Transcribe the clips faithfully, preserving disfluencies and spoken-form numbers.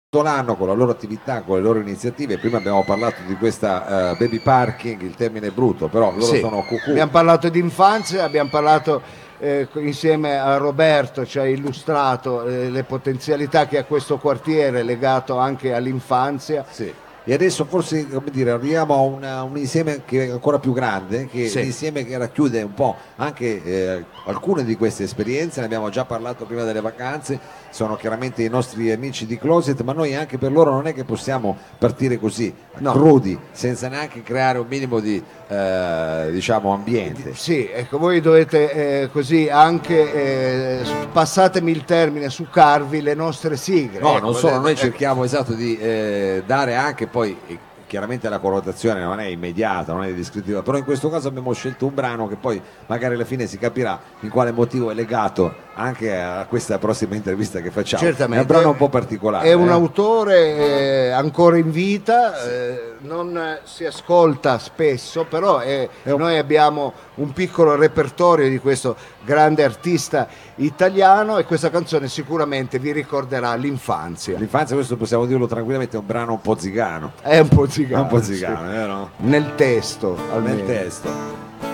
l'anno con la loro attività, con le loro iniziative. Prima abbiamo parlato di questa uh, baby parking, il termine è brutto, però loro sì, sono cucù. Abbiamo parlato di infanzia, abbiamo parlato eh, insieme a Roberto, ci ha illustrato eh, le potenzialità che ha questo quartiere legato anche all'infanzia. Sì. E adesso forse, come dire, arriviamo a una, un insieme che è ancora più grande, che Sì. è un insieme che racchiude un po' anche eh, alcune di queste esperienze. Ne abbiamo già parlato prima delle vacanze, sono chiaramente i nostri amici di Closet, ma noi anche per loro non è che possiamo partire così, no. crudi, senza neanche creare un minimo di eh, diciamo ambiente. Sì, ecco, voi dovete eh, così anche, eh, passatemi il termine, succarvi le nostre sigle. No, ecco, non solo, noi ecco. cerchiamo esatto di eh, dare anche poi, eh, chiaramente la connotazione non è immediata, non è descrittiva, però in questo caso abbiamo scelto un brano che poi magari alla fine si capirà in quale motivo è legato anche a questa prossima intervista che facciamo. Certamente. È un brano un po' particolare. È un eh? autore eh, ancora in vita, sì. eh, non si ascolta spesso, però è, è un... noi abbiamo un piccolo repertorio di questo grande artista italiano e questa canzone sicuramente vi ricorderà l'infanzia. L'infanzia, questo possiamo dirlo tranquillamente, è un brano un po' zigano. È un po' zigano. È un po' zigano, sì. vero? Nel testo, almeno. Nel testo.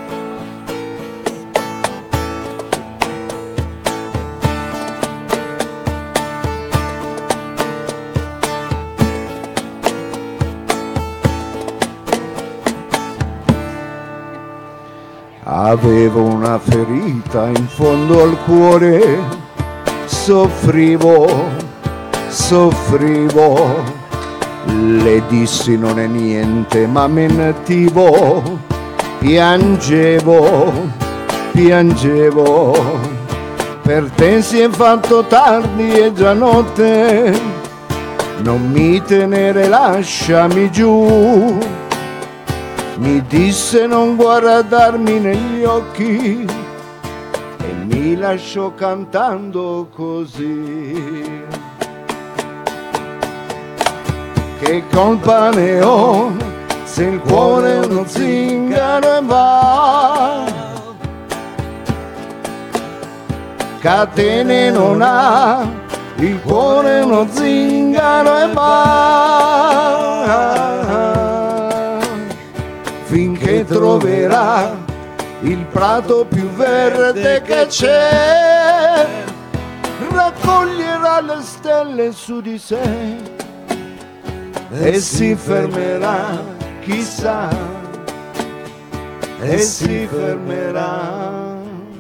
Avevo una ferita in fondo al cuore, soffrivo, soffrivo, le dissi non è niente ma mentivo, piangevo, piangevo, per te si è fatto tardi e già notte, non mi tenere, lasciami giù. Mi disse non guardarmi negli occhi e mi lasciò cantando così. Che colpa ne ho se il cuore è uno zingaro e va, catene non ha, il cuore è uno zingaro e va, finché troverà il prato più verde che c'è, raccoglierà le stelle su di sé e si fermerà, chissà, e si fermerà.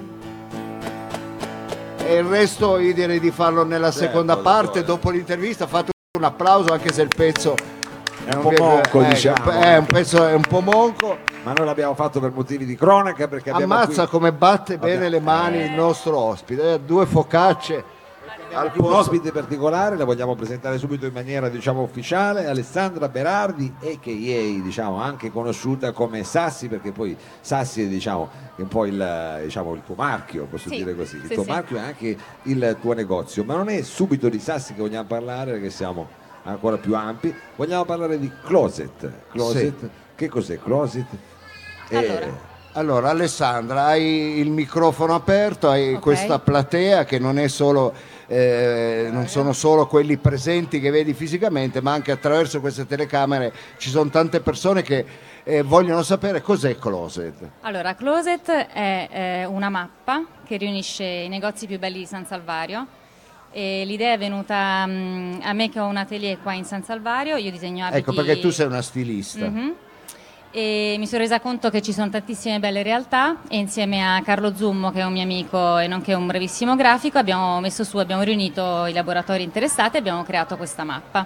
E il resto io direi di farlo nella seconda certo, parte, dopo l'intervista. Fate un applauso anche se il pezzo è un po' monco, eh, diciamo. È un pezzo, è un po' monco. Ma noi l'abbiamo fatto per motivi di cronaca, perché abbiamo Ammazza qui... come batte abbiamo... bene le mani il nostro ospite, eh, due focacce. Al un ospite particolare, la vogliamo presentare subito in maniera diciamo ufficiale, Alessandra Berardi, a k a diciamo anche conosciuta come Sassi, perché poi Sassi è diciamo è un po' il, diciamo, il tuo marchio, posso sì, dire così, il sì, tuo sì. marchio è anche il tuo negozio, ma non è subito di Sassi che vogliamo parlare, perché siamo ancora più ampi, vogliamo parlare di Closet. Closet, sì. Che cos'è Closet? Allora. E... Allora Alessandra, hai il microfono aperto, hai okay. questa platea che non è solo eh, non sono solo quelli presenti che vedi fisicamente, ma anche attraverso queste telecamere ci sono tante persone che eh, vogliono sapere cos'è Closet. Allora, Closet è eh, una mappa che riunisce i negozi più belli di San Salvario. E l'idea è venuta um, a me che ho un atelier qua in San Salvario, io disegno abiti. Ecco, perché tu sei una stilista. Mm-hmm. E mi sono resa conto che ci sono tantissime belle realtà e insieme a Carlo Zummo, che è un mio amico e nonché un bravissimo grafico, abbiamo messo su, abbiamo riunito i laboratori interessati e abbiamo creato questa mappa.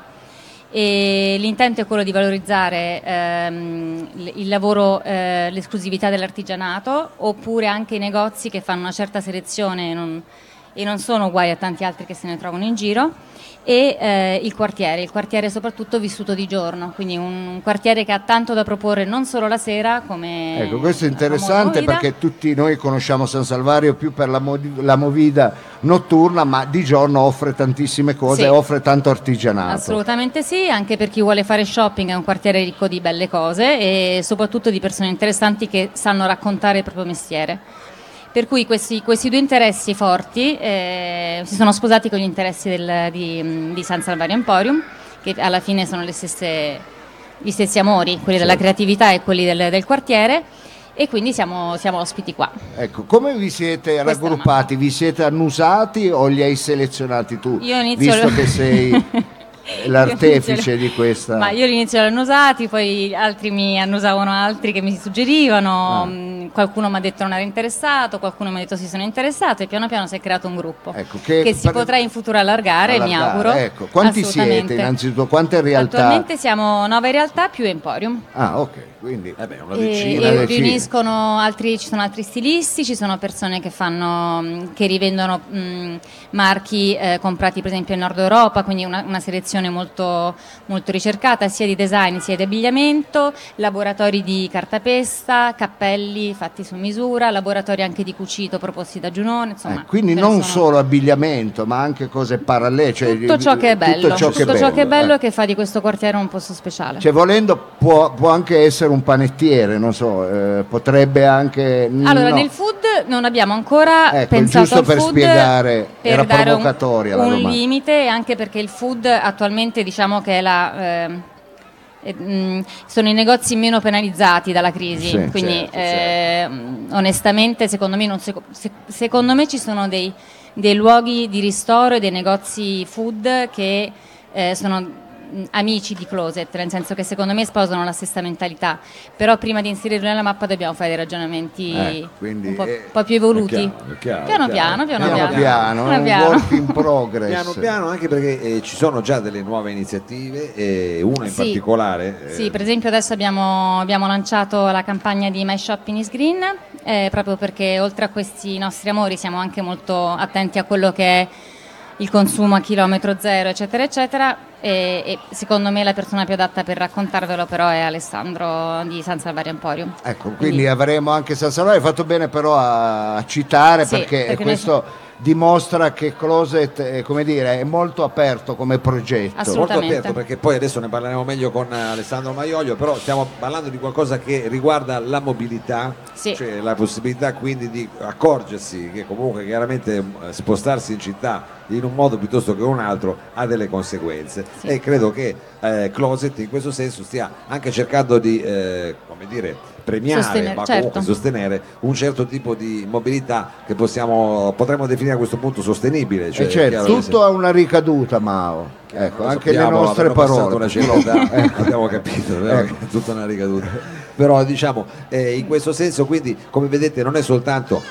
E l'intento è quello di valorizzare ehm, il lavoro, eh, l'esclusività dell'artigianato, oppure anche i negozi che fanno una certa selezione e non, e non sono uguali a tanti altri che se ne trovano in giro. E eh, il quartiere, il quartiere soprattutto vissuto di giorno, quindi un, un quartiere che ha tanto da proporre non solo la sera come... Ecco, questo è interessante perché tutti noi conosciamo San Salvario più per la, mov- la movida notturna, ma di giorno offre tantissime cose, sì, e offre tanto artigianato. Assolutamente sì, anche per chi vuole fare shopping è un quartiere ricco di belle cose e soprattutto di persone interessanti che sanno raccontare il proprio mestiere. Per cui questi, questi due interessi forti eh, si sono sposati con gli interessi del, di, di San Salvario Emporium, che alla fine sono le stesse, gli stessi amori, quelli della creatività e quelli del, del quartiere, e quindi siamo, siamo ospiti qua. Ecco, come vi siete Questa raggruppati? Vi siete annusati o li hai selezionati tu? Io inizio Visto lo- che sei l'artefice di questa... Ma io all'inizio li ho annusati, poi altri mi annusavano altri che mi suggerivano, Ah. mh, qualcuno mi ha detto non era interessato, qualcuno mi ha detto sì sono interessato, e piano piano si è creato un gruppo Ecco, che- che, si per- potrà in futuro allargare, mi allargare, auguro. ecco. Quanti siete Assolutamente. innanzitutto? Quante realtà? Attualmente siamo nove realtà più Emporium. Ah, ok, quindi... Eh beh, una E, decina. e decina. riuniscono altri, ci sono altri stilisti, ci sono persone che fanno mh, che rivendono mh, marchi eh, comprati per esempio in Nord Europa, quindi una, una selezione molto, molto ricercata sia di design sia di abbigliamento, laboratori di cartapesta, cappelli fatti su misura, laboratori anche di cucito proposti da Giunone, insomma. Eh, quindi ce ne non sono- solo abbigliamento, ma anche cose parallele. Cioè, tutto ciò che è bello, tutto ciò che è tutto ciò che è bello, bello eh. che fa di questo quartiere un posto speciale. Cioè, volendo può, può anche essere un panettiere, non so, eh, potrebbe anche... Allora, no. nel food non abbiamo ancora Ecco, pensato giusto al per food spiegare, per era dare un- provocatoria la un, domanda. limite, anche perché il food attualmente diciamo che è la... ehm, eh, mh, sono i negozi meno penalizzati dalla crisi, Sì, quindi certo, eh, mh, onestamente secondo me, non seco- se- secondo me ci sono dei, dei luoghi di ristoro e dei negozi food che eh, sono mh, amici di Closet, nel senso che secondo me sposano la stessa mentalità, però prima di inserirlo nella mappa dobbiamo fare dei ragionamenti Eh, quindi, un po', eh, po' più evoluti. È chiaro, è chiaro, piano, è chiaro. piano, piano Piano piano, piano, è un piano. work in progress. Piano piano, anche perché eh, ci sono già delle nuove iniziative, e una in Sì. particolare. eh, Sì, per esempio adesso abbiamo, abbiamo lanciato la campagna di My Shopping is Green, eh, proprio perché oltre a questi nostri amori siamo anche molto attenti a quello che è il consumo a chilometro zero, eccetera, eccetera, e, e secondo me la persona più adatta per raccontarvelo però è Alessandro di San Salvario Emporium. Ecco, quindi avremo anche San Salvatore. Hai fatto bene però a, a citare, Sì, perché, perché questo dimostra che Closet è, come dire, è molto aperto come progetto. Assolutamente. molto aperto, perché poi adesso ne parleremo meglio con Alessandro Maiolio, però stiamo parlando di qualcosa che riguarda la mobilità, Sì. cioè la possibilità quindi di accorgersi che comunque chiaramente eh, spostarsi in città in un modo piuttosto che un altro ha delle conseguenze, Sì. e credo che eh, Closet in questo senso stia anche cercando di eh, come dire, premiare, Sostenere, ma certo. comunque sostenere un certo tipo di mobilità che possiamo, potremmo definire a questo punto sostenibile. Cioè, E certo, è chiaro che tutto ha una ricaduta, Mao. se- Ecco, lo anche le sappiamo, nostre avendo passato parole. una certa età, abbiamo capito, vero? Ecco. Che è tutta una ricaduta. Però diciamo eh, in questo senso, quindi come vedete non è soltanto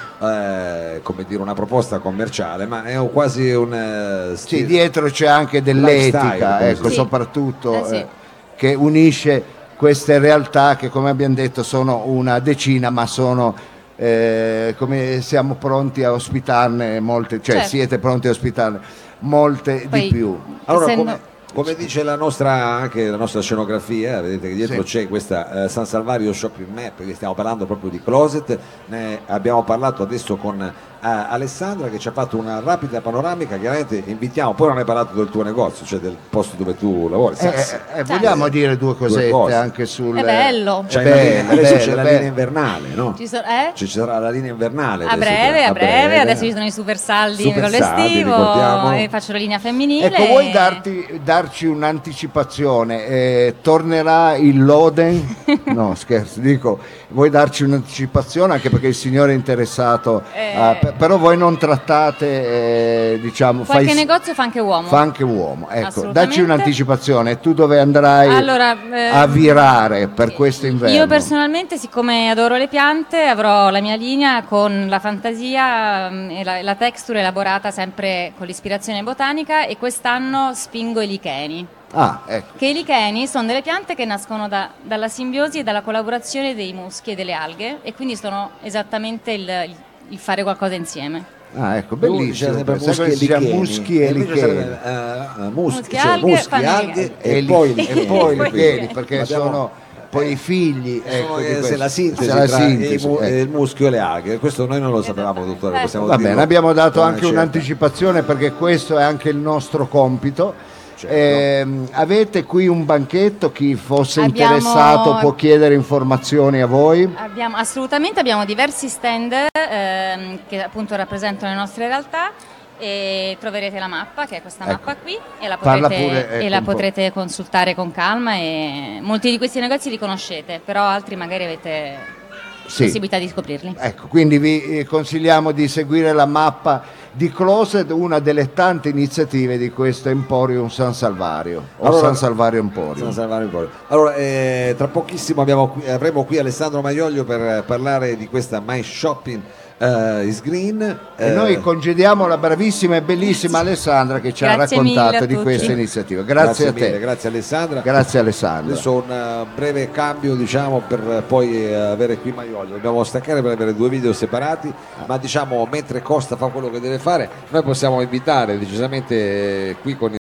eh, come dire una proposta commerciale, ma è un- quasi un eh, Sì, stile- dietro c'è anche dell'etica, Lifestyle, ecco, sì. soprattutto Eh sì. eh, che unisce queste realtà che, come abbiamo detto, sono una decina, ma sono eh, come siamo pronti a ospitarne molte, cioè Certo. siete pronti a ospitarne molte Poi, di più. Allora, essendo- come, come dice la nostra, anche la nostra scenografia, vedete che dietro Sì. c'è questa eh, San Salvario Shopping Map, perché stiamo parlando proprio di Closet, ne abbiamo parlato adesso con eh, Alessandra, che ci ha fatto una rapida panoramica. Chiaramente invitiamo, poi non hai parlato del tuo negozio, cioè del posto dove tu lavori. Eh, Sassi. eh, eh, vogliamo dire due cosette cose. anche sul... È bello. C'hai È la bello, linea- adesso bello, c'è la bello. linea invernale, no? Ci sono- eh? Ci sarà la linea invernale A adesso, breve, che- a breve, adesso ci sono i super saldi Super con saldi, l'estivo ricordiamo. e faccio la linea femminile. Ecco, vuoi darti, darci un'anticipazione? Eh, tornerà il Loden? No, scherzo, dico, vuoi darci un'anticipazione, anche perché il signore è interessato, Eh. a- pe- però voi non trattate, eh, diciamo, Qualche fai- negozio fa anche uomo. fa anche uomo. Ecco, Assolutamente. dacci un'anticipazione, tu dove andrai Allora, eh, a virare per questo inverno? Io personalmente, siccome adoro le piante, avrò la mia linea con la fantasia mm, e la, la texture elaborata sempre con l'ispirazione botanica, e quest'anno spingo i licheni. Ah, ecco. Che i licheni sono delle piante che nascono da- dalla simbiosi e dalla collaborazione dei muschi e delle alghe, e quindi sono esattamente il, il- il fare qualcosa insieme. Ah, ecco, Lui bellissimo. dice sempre Sai muschi come e si chiama? licheni. Muschi e E invece licheni. sarebbe, eh, eh, muschi, Muschi, cioè, alghe, muschi, fanno alghe licheni. e li- poi e poi Poi- licheni, perché Abbiamo- sono poi i figli, ecco, Sono, di eh, se questo. la sintesi Se la tra sintesi, il, mu- ecco. il muschio e le alghe, questo noi non lo sapevamo, dottore, Eh. possiamo Va dirlo bene, abbiamo dato con anche una certa- un'anticipazione, perché questo è anche il nostro compito. certo. Eh, avete qui un banchetto, chi fosse Abbiamo- interessato può chiedere informazioni a voi. Abbiamo, assolutamente abbiamo diversi stand ehm, che appunto rappresentano le nostre realtà e troverete la mappa, che è questa Ecco. mappa qui, e la Parla potrete, pure, ecco, e la un po'. potrete consultare con calma. E molti di questi negozi li conoscete, però altri magari avete Sì. possibilità di scoprirli. Ecco, quindi vi eh, consigliamo di seguire la mappa di Closet, una delle tante iniziative di questo Emporium San Salvario, o Allora- San Salvario Emporium. San Salvario Emporium. Allora, eh, tra pochissimo abbiamo qui- avremo qui Alessandro Maioglio per eh, parlare di questa My Shopping eh, is Green. E Eh, noi congediamo la bravissima e bellissima Alessandra che ci ha Grazie mille raccontato a di tutti. questa iniziativa. Grazie, a te. mille, grazie Alessandra. Grazie Alessandra. Adesso un eh, breve cambio, diciamo, per eh, poi eh, avere qui Maioglio. Dobbiamo staccare per avere due video separati, ma diciamo mentre Costa fa quello che deve fare, noi possiamo invitare decisamente eh, qui con